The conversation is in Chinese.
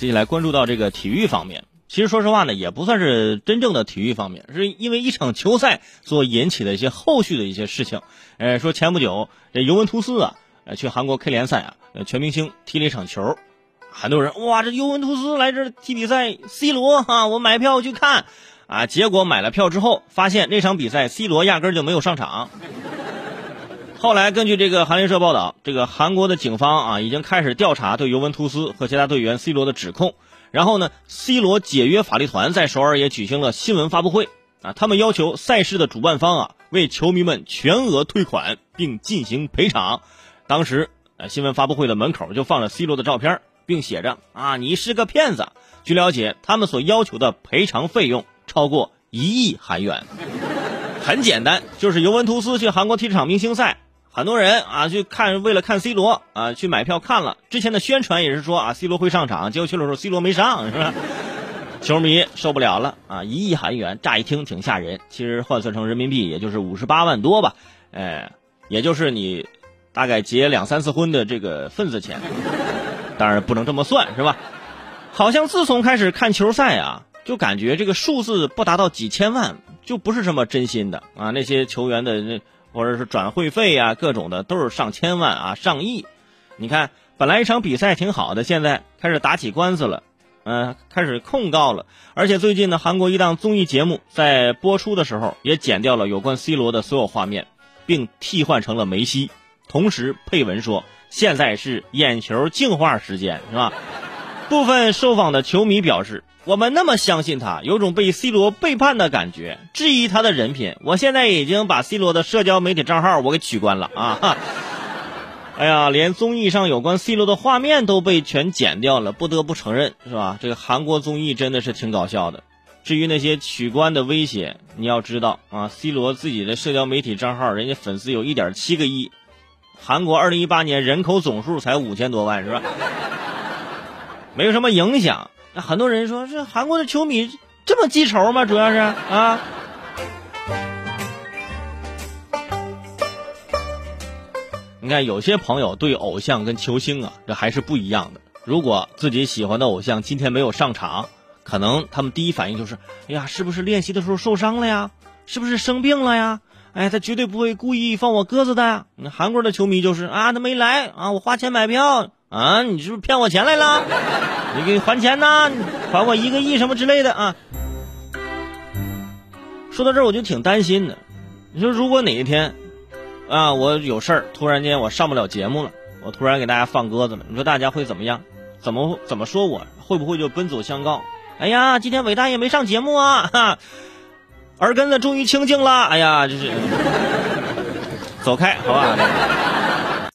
接下来关注到这个体育方面，其实说实话呢，也不算是真正的体育方面，是因为一场球赛所引起的一些后续的一些事情。说前不久这尤文图斯啊，去韩国 K 联赛啊，全明星踢了一场球，很多人哇，这尤文图斯来这踢比赛 ，C 罗啊，我买票去看啊，结果买了票之后，发现那场比赛 C 罗压根就没有上场。后来根据这个韩联社报道，这个韩国的警方啊已经开始调查对尤文图斯和其他队员 C 罗的指控。然后呢 ，C 罗解约法律团在首尔也举行了新闻发布会啊，他们要求赛事的主办方啊为球迷们全额退款并进行赔偿。当时新闻发布会的门口就放了 C 罗的照片，并写着啊你是个骗子。据了解，他们所要求的赔偿费用超过1亿韩元。很简单，就是尤文图斯去韩国踢场明星赛。很多人啊去看，为了看 C 罗啊去买票看了。之前的宣传也是说啊 C 罗会上场，结果去的时候 C 罗没上，是吧？球迷受不了了啊！1亿韩元，乍一听挺吓人，其实换算成人民币也就是58万多吧，也就是你大概结2、3次婚的这个份子钱。当然不能这么算，是吧？好像自从开始看球赛啊，就感觉这个数字不达到几千万，就不是什么真心的啊。那些球员的或者是转会费啊，各种的都是上千万啊，上亿。你看，本来一场比赛挺好的，现在开始打起官司了，开始控告了。而且最近呢，韩国一档综艺节目在播出的时候也剪掉了有关 C 罗的所有画面，并替换成了梅西，同时配文说现在是眼球净化时间，是吧？部分受访的球迷表示，我们那么相信他，有种被 C 罗背叛的感觉，质疑他的人品。我现在已经把 C 罗的社交媒体账号我给取关了啊！哎呀，连综艺上有关 C 罗的画面都被全剪掉了，不得不承认，是吧？这个韩国综艺真的是挺搞笑的。至于那些取关的威胁，你要知道啊 ，C 罗自己的社交媒体账号，人家粉丝有1.7个亿，韩国2018年人口总数才5000多万，是吧？没有什么影响。那很多人说，这韩国的球迷这么记仇吗？主要是啊，你看有些朋友对偶像跟球星啊，这还是不一样的。如果自己喜欢的偶像今天没有上场，可能他们第一反应就是，哎呀，是不是练习的时候受伤了呀？是不是生病了呀？哎，他绝对不会故意放我鸽子的。韩国的球迷就是啊，他没来啊，我花钱买票啊，你是不是骗我钱来了？你给还钱呐，还我1个亿什么之类的啊。说到这儿我就挺担心的，你说如果哪一天啊我有事儿，突然间我上不了节目了，我突然给大家放鸽子了，你说大家会怎么样？怎么说我？会不会就奔走相告？哎呀，今天伟大爷没上节目啊，哈，耳根子终于清净了，哎呀，就是走开好吧。